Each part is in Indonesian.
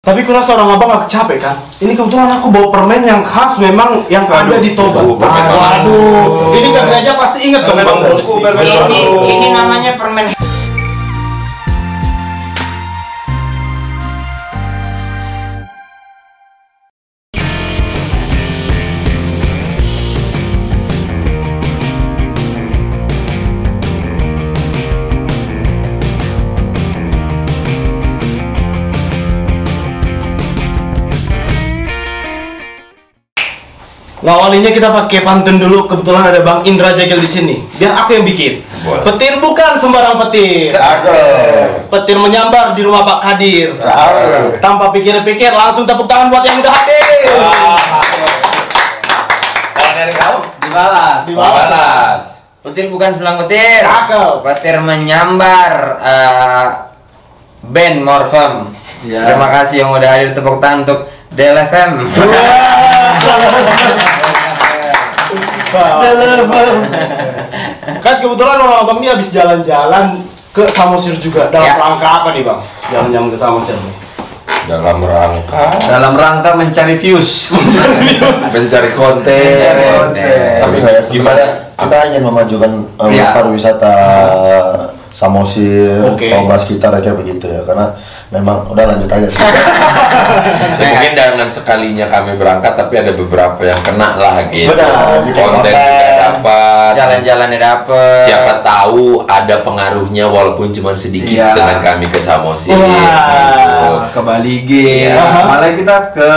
Tapi kurasa orang abang gak capek kan? Ini kebetulan aku bawa permen yang khas memang yang ada di Toba. Waduh, ini kan aja pasti inget dong Bang. Ini namanya permen. Awalnya kita pakai pantun dulu, kebetulan ada Bang Indra Jagel di sini. Biar aku yang bikin. Boleh. Petir bukan sembarang petir. Cakep. Petir menyambar di rumah Pak Kadir. Cakep. Tanpa pikir-pikir langsung tepuk tangan buat yang udah hadir. Kalau dari kau? Dibalas. Balas. Petir bukan sebelang petir. Cakep. Petir menyambar. Band Morfem. Ya. Terima kasih yang udah hadir, tepuk tangan untuk DLFM. Kan kebetulan orang abang ini habis jalan-jalan ke Samosir juga. Dalam Ya. rangka apa nih Bang? Jalan-jalan ke Samosir nih. Dalam rangka mencari views, mencari konten. tapi nggak ya, Gimana? kita ingin memajukan Ya. pariwisata Samosir, Oke. Toba sekitar kayak begitu ya, karena memang udah lanjut aja sih. Ya, mungkin dengan sekalinya kami berangkat, tapi ada beberapa yang kena lah gitu. Benar, bikin Konten konten. juga dapat. Jalan-jalannya dapet. Siapa tahu ada pengaruhnya walaupun cuma sedikit Iya. dengan kami ke Samosir. Wah. Gitu. Ke Bali G, Iya. malah kita ke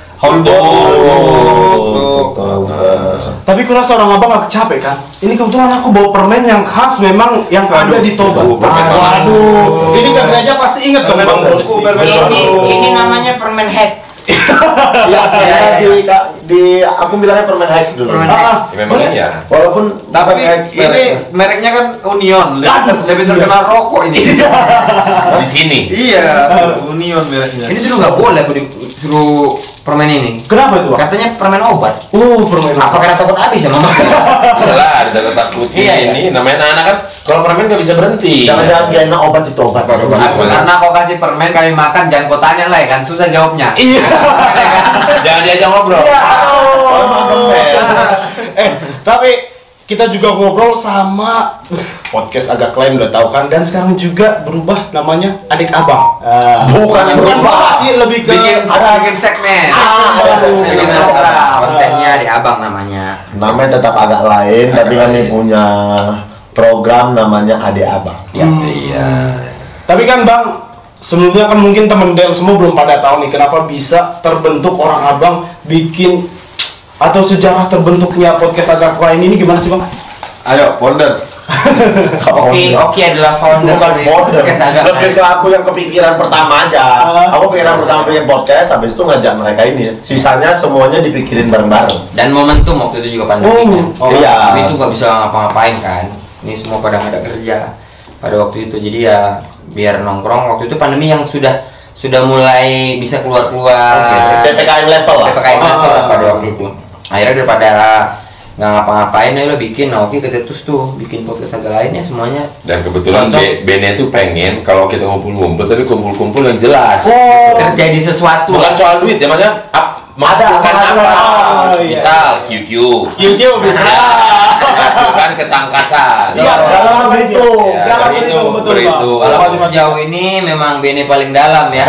Tapi kurasa orang abang gak capek kan? Ini kebetulan aku bawa permen yang khas memang yang ada di Toba. Waduh, ini kan aja pasti inget dong Bang. Ini namanya permen hex. Ya, di aku bilangnya permen Hex dulu. Permen Ah, Ya, memang iya. Walaupun Tapi Hex ini mereknya kan Union, Aduh. lebih terkenal rokok ini. Di sini. Iya, Union mereknya. Ini dulu nggak boleh aku disuruh permen ini. Kenapa itu Bang? Katanya permen obat. Permen Apa karena takut habis ya mama? Iyalah, ada takutin Iya, iya. ini. Namanya anak-anak kan kalau permen nggak bisa berhenti. jangan-jangan dia enak obat itu obat. Karena kau kasih permen kami makan, jangan kau tanya lah ya kan, susah jawabnya. Iya. Jangan diajak ngobrol. Tapi kita juga ngobrol sama podcast agak lain udah tahu kan, dan sekarang juga berubah namanya Adik Abang. Bukan bahas sih, lebih ke Bikin segmen. ada segmen. Bikin Bikin program. kontennya di abang namanya. Namanya tetap agak lain, tapi kami punya program namanya Adik Abang. Ya. Iya. Tapi kan Bang, sebelumnya kan mungkin temen Del semua belum pada tahu nih kenapa bisa terbentuk orang abang bikin atau sejarah terbentuknya podcast agak lain ini gimana sih Bang? Ayo, founder. Oke adalah founder Bukan dari founder, podcast agak lebih ke aku yang kepikiran pertama aja. Aku pikiran pertama bikin podcast, habis itu ngajak mereka ini. Sisanya semuanya dipikirin bareng-bareng. dan momentum waktu itu juga pandemi kan. Iya. Tapi itu nggak bisa ngapa-ngapain kan. Ini semua pada nggak ada kerja pada waktu itu, jadi ya biar nongkrong. Waktu itu pandemi yang sudah mulai bisa keluar-keluar. PPKM level lah. PPKM level lah pada waktu itu. Akhirnya daripada nggak ngapa-ngapain, ayo lo bikin. Nah, oke kecetus tuh bikin podcast agak lainnya semuanya. Dan kebetulan Cocok. Bene tuh pengen kalau kita ngumpul-ngumpul, tapi kumpul-kumpul yang jelas. Terjadi sesuatu. Bukan soal duit ya, maksudnya menghasilkan Ada, apa? iya. Misal QQ, YouTube bisa. menghasilkan ketangkasan. Iya, dalam itu. Ya, Dalam beritu, itu betul beritu. Bang. Kalau sejauh ini memang Bene paling dalam ya.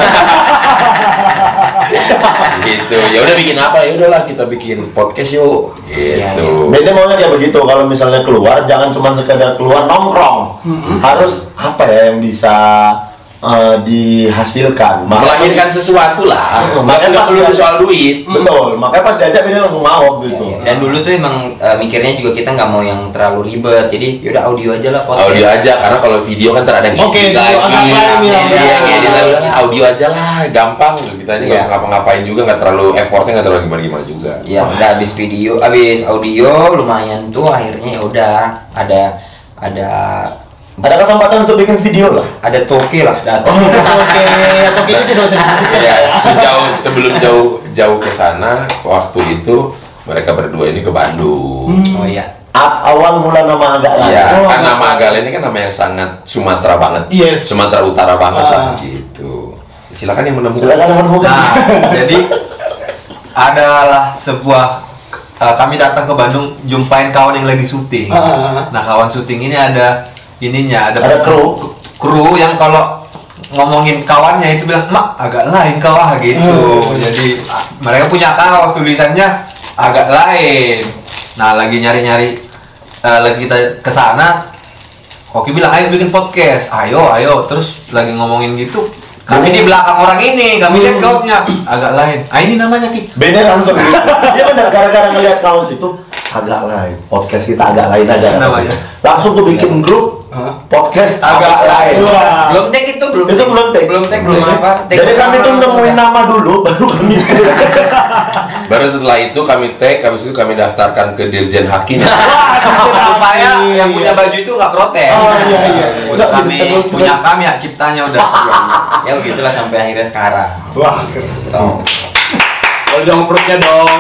Gitu. Ya udah bikin apa? Ya udahlah kita bikin podcast yuk. Gitu. Beda maunya kayak begitu, kalau misalnya keluar jangan cuma sekedar keluar nongkrong, harus apa ya yang bisa dihasilkan. Melahirkan sesuatu lah. Makanya Nggak pas perlu diajak- soal duit. Betul, makanya pas diajak dia langsung mau gitu. Dan dulu tuh emang mikirnya juga kita nggak mau yang terlalu ribet, jadi yaudah audio aja lah podcast. Audio aja, karena kalau video kan terada Oke, video agak lain ya. Iya, kita udah audio aja lah, gampang. Kita ini nggak Iya. usah ngapa-ngapain juga, nggak terlalu effortnya, nggak terlalu gimana-gimana juga. Ya udah habis audio lumayan tuh, akhirnya ya udah ada Ada kesempatan untuk bikin video lah. toke lah datang. Oke, itu tidak usah disebut. Ya, sebelum jauh ke sana, waktu itu mereka berdua ini ke Bandung. Oh iya. Awal mula nama agak lain. Iya, Oh, kan apa? nama Agale ini kan nama yang sangat Sumatera banget. Yes. Sumatera Utara banget lah Ah. gitu. silakan yang menemukan. Silakan menemukan. Nah, jadi adalah sebuah kami datang ke Bandung jumpain kawan yang lagi syuting. Nah, kawan syuting ini ada ininya, Ada kru yang kalau ngomongin kawannya itu bilang, "Mak, agak lain kau gitu." Jadi mereka punya kaos tulisannya agak lain. Nah, lagi nyari-nyari lagi kita ke sana. Oki bilang, "Ayo bikin podcast." Ayo. Terus lagi ngomongin gitu. Kami di belakang orang ini, kami lihat kaosnya agak lain. Ini namanya Ki. Bener langsung. Dia bener gara-gara ngeliat kaos itu agak lain. Podcast kita agak lain aja Namanya. Langsung tuh bikin grup podcast agak lain. Wah. Belum take itu belum. Itu belum take. Belum take belum apa. Take Jadi kami tuh nemuin nama dulu, baru kami. Baru setelah itu kami tag, habis itu kami daftarkan ke Dirjen Hakim. Supaya yang punya baju itu nggak protes. Iya. Udah kami punya kami hak ciptanya udah. Ya begitulah sampai akhirnya sekarang. Wah. Tuh. Kalau dong perutnya dong.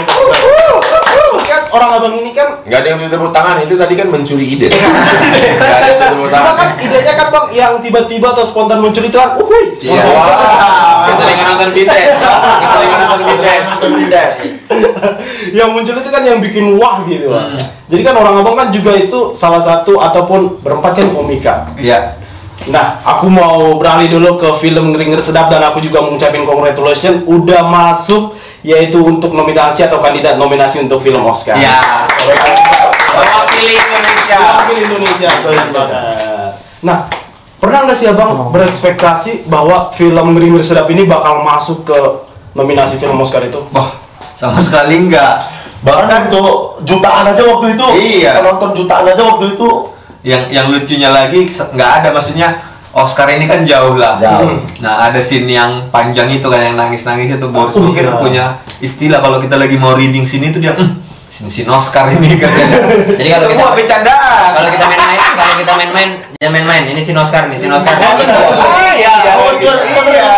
Kan orang abang ini kan Nggak ada yang bisa tepuk tangan, itu tadi kan mencuri ide. Nggak ada yang bisa tepuk Cuma tangan. kan idenya kan bang yang tiba-tiba atau spontan muncul itu kan, Iya. Keseringan nonton Bites. Keseringan nonton Bites. yang muncul itu kan yang bikin wah gitu Bang. Jadi kan orang abang kan juga itu salah satu ataupun berempat kan komika. Iya. Nah, aku mau beralih dulu ke film Ngeri Ngeri Sedap dan aku juga mengucapkan congratulations udah masuk yaitu untuk nominasi atau kandidat nominasi untuk film Oscar. Iya. Mewakili Indonesia. Mewakili Indonesia. Keren banget. Nah, pernah nggak sih abang berekspektasi bahwa film Ngeri Ngeri Sedap ini bakal masuk ke nominasi film Oscar itu? Wah, sama sekali enggak. Bahkan untuk jutaan aja waktu itu. Iya. Penonton jutaan aja waktu itu. Yang lucunya lagi nggak ada, maksudnya Oscar ini kan jauh lah. Jauh. Nah, ada scene yang panjang itu kan yang nangis-nangis itu Boris Bukit iya. punya istilah kalau kita lagi mau reading sini tuh dia scene Oscar ini katanya. Jadi kalau Itu kita gua bercandaan. kalau kita main-main, jangan main-main. Ini si Oscar nih, si Oscar. Gitu. Iya. Oh, iya.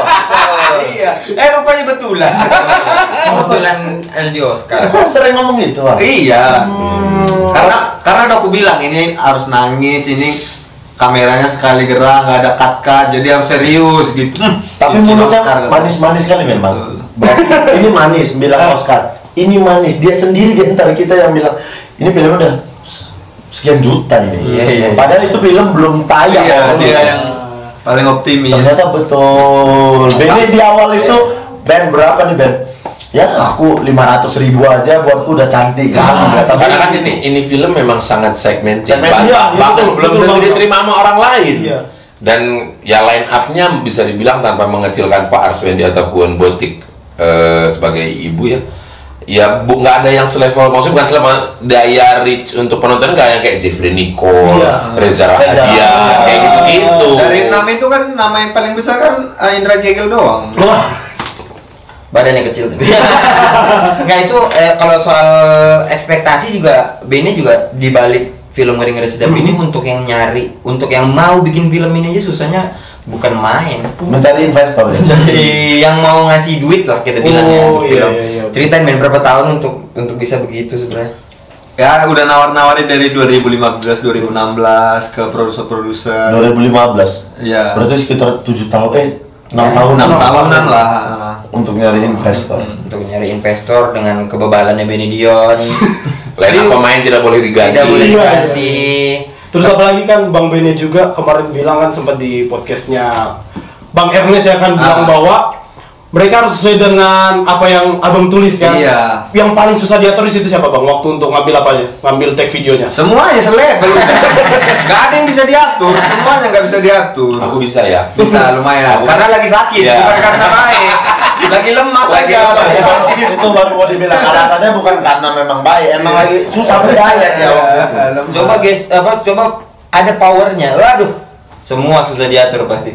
Iya. Rupanya betulan. Kebetulan di Oscar. Aku sering ngomong gitu, Bang. Iya. Karena udah aku bilang ini harus nangis, ini kameranya sekali gerak, nggak ada cut, jadi harus serius gitu. Tapi Si mulutnya Oscar, kata. manis-manis kali memang. Betul. Berarti ini manis, bilang Oscar. Ini manis. Dia sendiri di antara kita yang bilang ini film udah sekian juta ini. Iya. Padahal itu film belum tayang. Iya, dia yang paling optimis. Ternyata betul. Bene di awal itu Ben berapa nih Ben? Ya aku 500.000 aja buatku udah cantik kan. Karena kan ini film memang sangat segmented. Segmented, iya, Bahkan betul, belum betul tentu banget. diterima sama orang lain. Iya. Dan ya line up-nya bisa dibilang tanpa mengecilkan Pak Arswendi ataupun Botik sebagai ibu ya. Ya nggak ada yang selevel, maksudnya bukan selevel daya reach untuk penonton, nggak yang kayak Jeffrey Nicole, Iya. Reza Rahadian, kayak gitu-gitu. Dari 6 itu kan nama yang paling besar kan Indra Jegel doang. Badannya kecil tapi. Enggak itu kalau soal ekspektasi juga Bene juga dibalik film Ngeri Ngeri Sedap ini untuk yang nyari, untuk yang mau bikin film ini aja susahnya bukan main. Mencari investor ya. Jadi yang mau ngasih duit lah kita bilangnya Oh, untuk iya, film. iya. Ceritain main berapa tahun untuk bisa begitu sebenarnya? Ya udah nawar-nawarin dari 2015, 2016 ke produser-produser. 2015. Iya. Berarti sekitar 7 tahun 6 tahun 6 tahunan lah. untuk nyari investor. Untuk nyari investor dengan kebebalannya Benny Dion. Line up pemain tidak boleh diganti. Tidak boleh Iya, diganti. Terus apalagi kan Bang Bene juga kemarin bilang kan sempat di podcastnya Bang Ernest ya kan bilang bahwa mereka harus sesuai dengan apa yang abang tulis kan. Iya. Yang paling susah diatur di situ siapa bang? Waktu untuk ngambil apa aja? Ngambil take videonya. Semuanya selevel udah. Gak ada yang bisa diatur, semuanya nggak bisa diatur. Aku bisa ya. Bisa lumayan. Aku- Karena lagi sakit, Iya. bukan karena baik. Lagi lemas aja. Lagi sakit. Itu baru mau dibilang alasannya bukan karena memang baik, emang lagi susah berdaya ya waktu itu. Coba guys, coba ada powernya. Waduh, semua susah diatur pasti.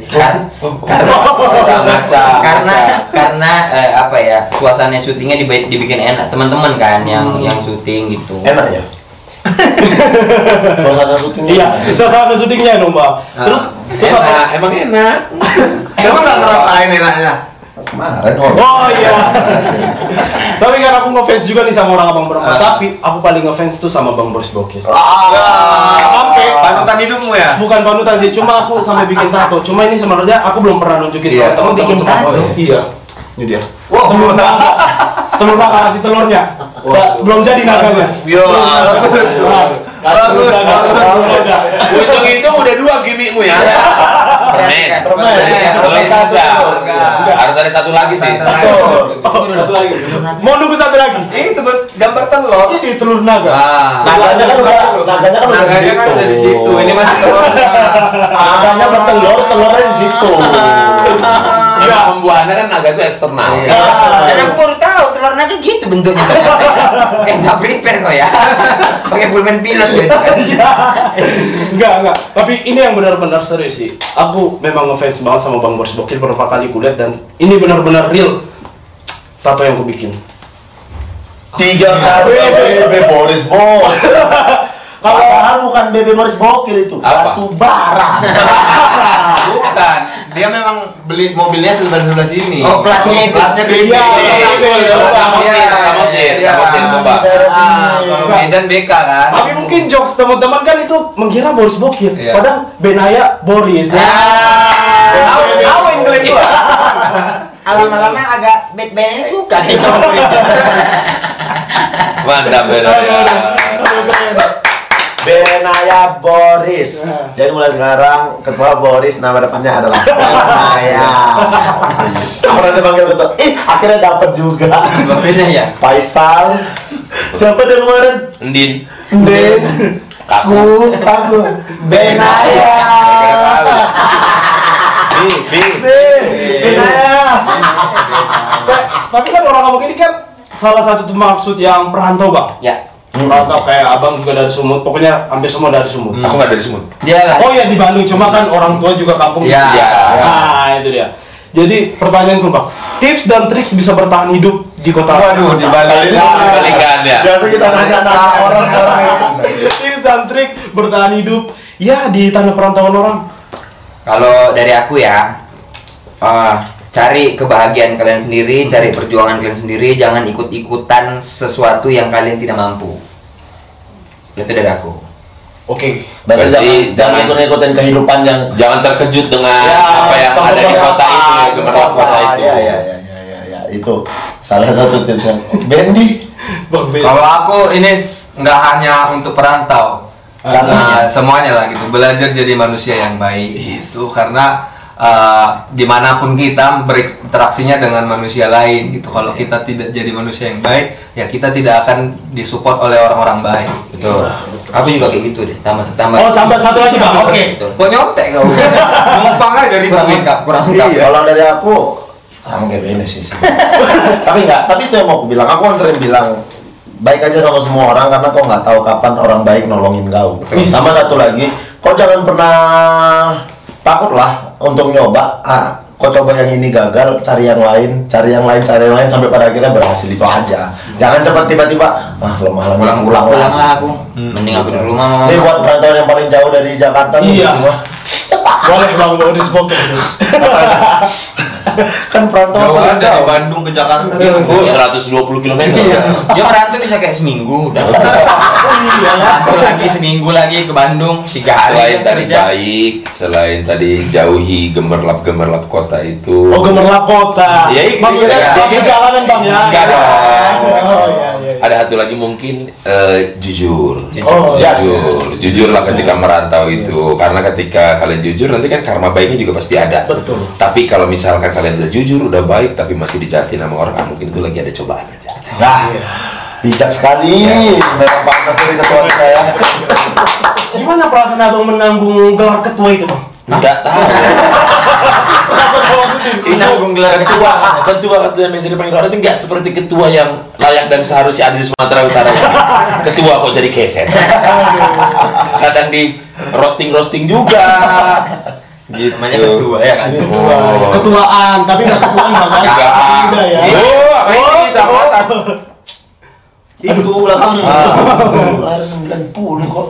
Karena apa ya? Suasana syutingnya dibikin enak. Teman-teman kan yang syuting gitu. Enak ya. Suasana syutingnya. Iya, suasana syutingnya dong bang. Terus apa? Emang enak. Kamu nggak ngerasain enaknya? Kemarin Oh iya. Tapi kan aku ngefans juga nih sama orang abang berempat. Tapi aku paling ngefans tuh sama Bang Boris Bokir. Sampai Panutan hidupmu ya? bukan panutan sih, cuma aku sampai bikin tato. Cuma ini sebenarnya aku belum pernah nunjukin Iya. sama temen Bikin sama tato? orang. Iya. Ini dia. Wow. Telur naga kasih telurnya. Belum jadi naganya. Yo, Bagus. ujung itu udah 2 gimmickmu ya. Permen. Permen. Telur Enggak. enggak. Harus ada satu lagi sih. Satu lagi. Mau nunggu satu lagi. Itu gambar telur. Ini telur naga. Naganya kan udah Naganya kan udah di situ. Ini masih telurnya. Naganya bertelur, telurnya di situ. Iya, pembuahannya kan naga itu eksternal. Dan aku baru tahu telur naga gitu bentuknya. Nggak prepare kok ya. Pakai pulpen pilot gitu kan. Enggak. Tapi ini yang benar-benar serius sih. Aku memang ngefans banget sama Bang Boris Bokir beberapa kali kulihat dan ini benar-benar real tato yang aku bikin. 3 kali Bebe Boris Bokir. Padahal bukan Bebe Boris Bokir itu, Apa? batu bara. Bukan. Dia memang beli mobilnya sebelah sini. Oh, platnya itu. Platnya beda. Kalau Medan BK kan. Tapi mungkin jokes teman-teman kan itu mengira Boris Bokir. Iya. Padahal Benaya Boris. Tahu England gua. Alam-alamnya agak bad-badnya suka nih. Mantap benar ya. Benaya Boris. Jadi mulai sekarang ketua Boris nama depannya adalah Benaya. Orang dipanggil ketua. Akhirnya dapat juga. Beda ya? Faisal. Siapa dia kemarin? Ndin. Den. Kaku. Aku. Benaya. Benaya. Tapi kan orang kampung ini kan salah satu maksud yang perantau bang. Ya. Perantau kayak abang juga dari Sumut. Pokoknya hampir semua dari Sumut. Aku nggak dari Sumut. Dia lah. Oh ya di Bandung, cuma kan orang tua juga kampung. Iya. Nah itu dia. Jadi pertanyaanku bang, tips dan trik bisa bertahan hidup di kota. Waduh, dibalik. Balikan ya. Biasa kita nanya-nanya orang-orang. Tips dan trik bertahan hidup ya di tanah perantauan orang. Kalau dari aku ya, cari kebahagiaan kalian sendiri, cari perjuangan kalian sendiri, jangan ikut-ikutan sesuatu yang kalian tidak mampu. Itu dari aku. Oke. Berarti Jangan ikut-ikutin kehidupan yang Jangan terkejut dengan apa yang ada di kota itu, ya, gemerlap kota itu. Ya, itu salah satu tipsnya. Bendi. Bang Ben. Kalau aku ini nggak hanya untuk perantau, karena semuanya lah gitu. Belajar jadi manusia yang baik itu karena dimanapun kita berinteraksinya dengan manusia lain gitu. Kalau kita tidak jadi manusia yang baik, ya kita tidak akan disupport oleh orang-orang baik. Betul. Aku juga kayak gitu deh. Tambah. Oh tambah satu lagi bang. Oke. Betul. Kok nyontek kau? Numpang aja dari Kurang lengkap, kurang lengkap. Iya. Kalau dari aku sama kayak Bene sih. Tapi itu yang mau aku bilang. Aku kan sering bilang baik aja sama semua orang karena kau nggak tahu kapan orang baik nolongin kau. Sama satu lagi, kau jangan pernah takut lah untuk nyoba. Kau coba yang ini gagal, cari yang lain sampai pada akhirnya berhasil, itu aja. Jangan cepat tiba-tiba lemah lagi pulang lah aku. Mending aku di rumah. Ini buat perantauan yang paling jauh dari Jakarta. Iya. semua. Boleh bang Boris Bokir. Kan perantauan Jauh paling dari jauh. Bandung ke Jakarta. Oh, 120 km. Dia merantau bisa kayak seminggu udah. Iya. Merantau lagi seminggu lagi ke Bandung 3 hari. Selain tadi kerja. baik, selain tadi jauhi gemerlap-gemerlap kota itu. Oh gemerlap kota. Iya, Maksudnya iya. di jalanan bang ya. Enggak dong. Oh iya. Ada satu lagi mungkin jujur. Oh, yes. Jujurlah ketika merantau itu, karena ketika kalian jujur nanti kan karma baiknya juga pasti ada. Betul. Tapi kalau misalkan kalian udah jujur, udah baik, tapi masih dijahatin sama orang, mungkin itu lagi ada cobaan aja. Nah, bijak sekali. Memang pantas dari ketua kita ya. Gimana perasaan abang menanggung gelar ketua itu bang? Nggak tahu. Nanggung gelar ketua yang biasa dipanggil orang itu nggak seperti ketua yang layak dan seharusnya ada di Sumatera Utara ini. Ketua kok jadi keset. Kadang di roasting juga. Gitu. Namanya ketua ya kan. Oh. Ketuaan, tapi nggak ketuaan bang. Enggak. Udah ya. Oh, apa ini sama Itu belakang. Lahir 90 kok.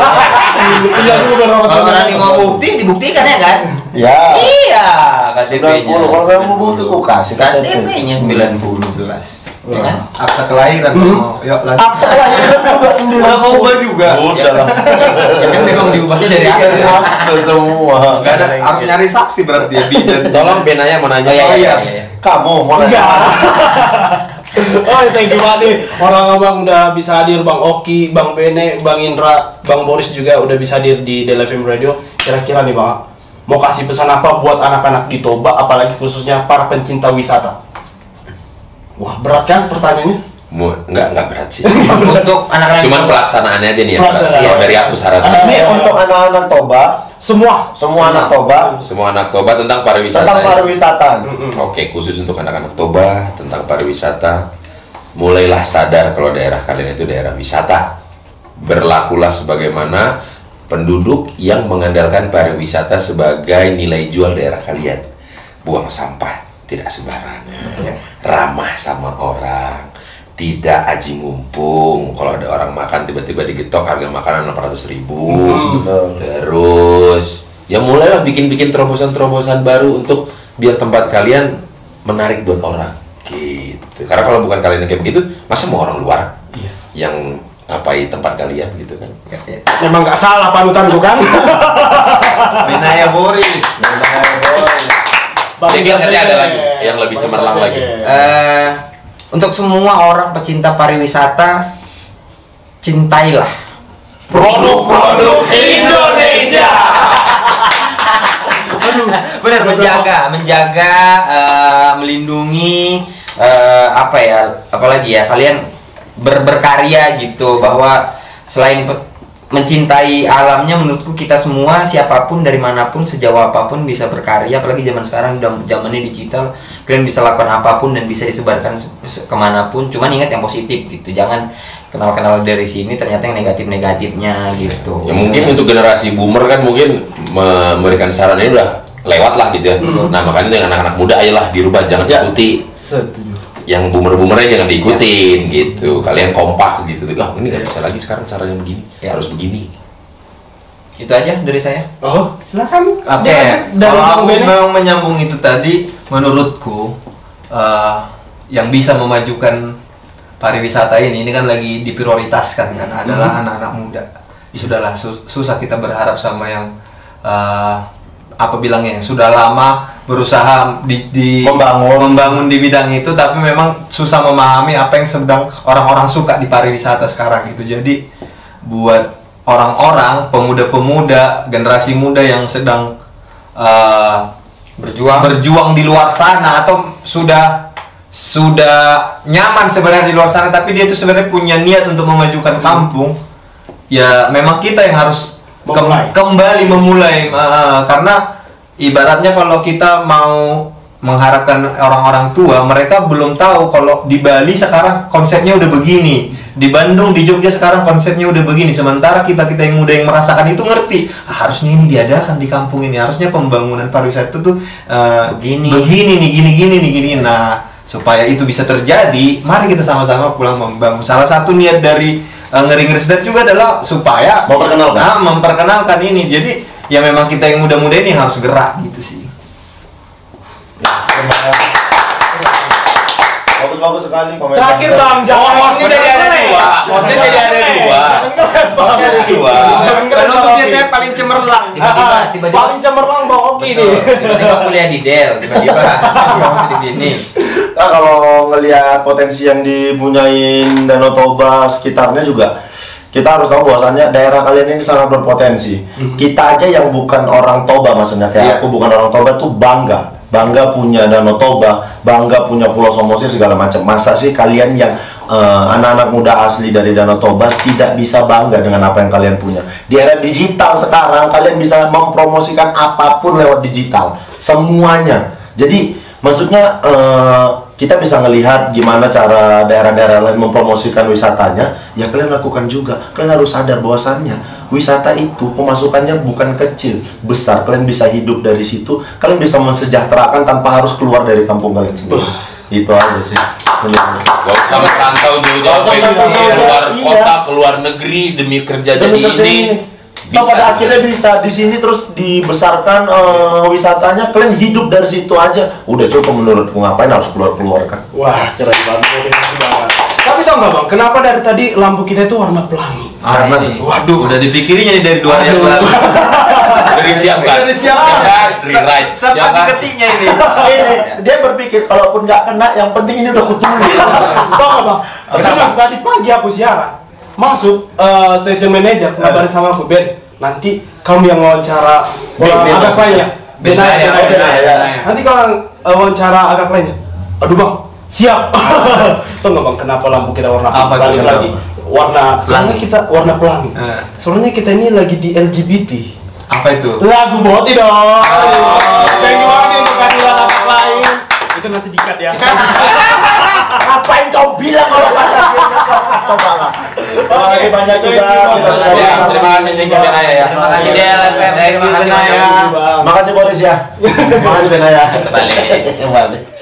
Kalau berani mau bukti, dibuktikan ya kan? Ya. Iya, KTP-nya. 90 kalau kamu mau bukti kok kasih KTP-nya 90 jelas. Ya kan? Akta kelahiran mau. Yuk lanjut. Akta kelahiran juga 90. Udah mau ubah juga. Udah lah. Ya kan memang diubahnya dari akta. Akta semua. Enggak ada, harus nyari saksi berarti ya bidan. Tolong Benaya mau nanya. Oh iya. Kamu mau nanya? Oh, thank you banget nih. Orang abang udah bisa hadir, Bang Oki, Bang Bene, Bang Indra, Bang Boris juga udah bisa hadir di Del FM Radio. Kira-kira nih Bang, mau kasih pesan apa buat anak-anak di Toba, apalagi khususnya para pencinta wisata? Wah, berat kan pertanyaannya? Enggak berat sih. Untuk anak-anak Cuman pelaksanaannya aja nih ya. Pelaksanaan. Kalau dari aku sarannya. Ini untuk anak-anak Toba, semua anak Toba Semua anak Toba tentang pariwisata. tentang ya? pariwisata. Oke, khusus untuk anak-anak Toba tentang pariwisata, mulailah sadar kalau daerah kalian itu daerah wisata. Berlakulah sebagaimana penduduk yang mengandalkan pariwisata sebagai nilai jual daerah kalian. Buang sampah tidak sembarangan, ramah sama orang, tidak aji mumpung. Kalau ada orang makan tiba-tiba digetok harga makanan 600.000. Terus ya mulailah bikin-bikin terobosan-terobosan baru untuk biar tempat kalian menarik buat orang gitu. Karena kalau bukan kalian yang kayak begitu, masa mau orang luar yang ngapain tempat kalian gitu kan? Memang nggak salah panutanku kan? Benaya Boris. Jadi nanti ada lagi yang lebih cemerlang lagi. Untuk semua orang pecinta pariwisata, cintailah Produk-produk Indonesia. benar, menjaga melindungi apa ya, apalagi ya, kalian berkarya gitu, bahwa selain mencintai alamnya, menurutku kita semua siapapun dari manapun sejauh apapun bisa berkarya. Apalagi zaman sekarang udah zamannya digital, kalian bisa lakukan apapun dan bisa disebarkan kemanapun. Cuman ingat yang positif gitu, jangan kenal dari sini ternyata yang negatifnya gitu. Ya mungkin untuk generasi boomer kan mungkin memberikan saran ini udah lewat lah gitu ya. Nah makanya itu yang anak-anak muda ayolah dirubah, jangan ikuti. Setuju. Yang boomer-boomernya jangan diikutin gitu. Kalian kompak gitu. Oh ini nggak bisa lagi sekarang caranya begini, harus begini. Itu aja dari saya. Oh, silakan. Oke, kalau aku memang menyambung itu tadi, menurutku yang bisa memajukan pariwisata ini kan lagi diprioritaskan kan adalah anak-anak muda. Sudahlah susah kita berharap sama yang apa bilangnya, sudah lama berusaha membangun di bidang itu, tapi memang susah memahami apa yang sedang orang-orang suka di pariwisata sekarang gitu. Jadi buat orang-orang, pemuda-pemuda, generasi muda yang sedang berjuang di luar sana atau sudah nyaman sebenarnya di luar sana, tapi dia itu sebenarnya punya niat untuk memajukan kampung, ya memang kita yang harus kembali memulai, karena ibaratnya kalau kita mau mengharapkan orang-orang tua, mereka belum tahu kalau di Bali sekarang konsepnya udah begini, di Bandung, di Jogja sekarang konsepnya udah begini, sementara kita yang muda yang merasakan itu ngerti, harusnya ini diadakan di kampung ini, harusnya pembangunan pariwisata itu begini nih, gini. Nah, supaya itu bisa terjadi, mari kita sama-sama pulang membangun. Salah satu niat dari Ngeri-Ngeri Sedap juga adalah supaya memperkenalkan ini. Jadi ya memang kita yang muda-muda ini harus gerak gitu sih. Bagus sekali komentar. Terakhir Bang, jangan Bosnya jadi ada dua. Bosnya jadi ada dua. Bosnya ada dua. Karena untuk saya paling cemerlang. Tiba-tiba paling cemerlang Bang Oki nih. tiba-tiba kuliah di Del, tiba-tiba masih di sini. Nah, kalau ngelihat potensi yang dipunyain Danau Toba sekitarnya juga, kita harus tahu bahwasannya daerah kalian ini sangat berpotensi. Kita aja yang bukan orang Toba, maksudnya kayak aku bukan orang Toba tuh bangga punya Danau Toba, bangga punya Pulau Samosir segala macam. Masa sih kalian yang anak-anak muda asli dari Danau Toba tidak bisa bangga dengan apa yang kalian punya? Di era digital sekarang kalian bisa mempromosikan apapun lewat digital, semuanya. Jadi maksudnya kita bisa ngelihat gimana cara daerah-daerah lain mempromosikan wisatanya, ya kalian lakukan juga. Kalian harus sadar bahwasannya wisata itu pemasukannya bukan kecil, besar. Kalian bisa hidup dari situ, kalian bisa mensejahterakan tanpa harus keluar dari kampung kalian sendiri. Itu aja sih. Gak usah merantau jauh-jauh Gak usah merantau jauh-jauh, keluar iya. kota, keluar negeri demi kerja Demi jadi kerja ini. Toh pada akhirnya bisa di sini terus dibesarkan wisatanya, kalian hidup dari situ aja. Udah cukup menurutku, ngapain harus keluar kan? Wah, keren banget. Motivasi banget. Tapi tau nggak bang, kenapa dari tadi lampu kita itu warna pelangi? Karena Waduh. udah dipikirin jadi dari 2 hari yang lalu. Udah disiapkan. Udah disiapkan. Rewrite. Sempat Siapa? diketiknya ini. Ini dia berpikir kalaupun nggak kena, yang penting ini udah kutulis. Tau nggak bang? Kenapa? Bener, tadi pagi aku siaran, masuk station manager ngabarin sama aku, Ben, nanti kamu yang wawancara Ben agak lainnya. Ben Naya, Ben Naya. Nanti kalau wawancara agak lainnya. Aduh bang, siap. Tau nggak bang, kenapa lampu kita warna Apa tuh, pelangi kenapa? lagi? Warna, soalnya Pelangi. kita warna pelangi. Eh. Soalnya kita ini lagi di LGBT. Apa itu? Lagu Boti dong. Thank you banget nih untuk kehadiran agak lain. Itu nanti dikat ya. Ngapain kau bilang kalau pada akhirnya coba lah. Oke, banyak juga kita sudah Ya, terima kasih Jeki Benaya ya. Terima kasih DLFM. Terima kasih Benaya. banyak. Makasih Boris ya. Makasih Benaya. Balik. Balik.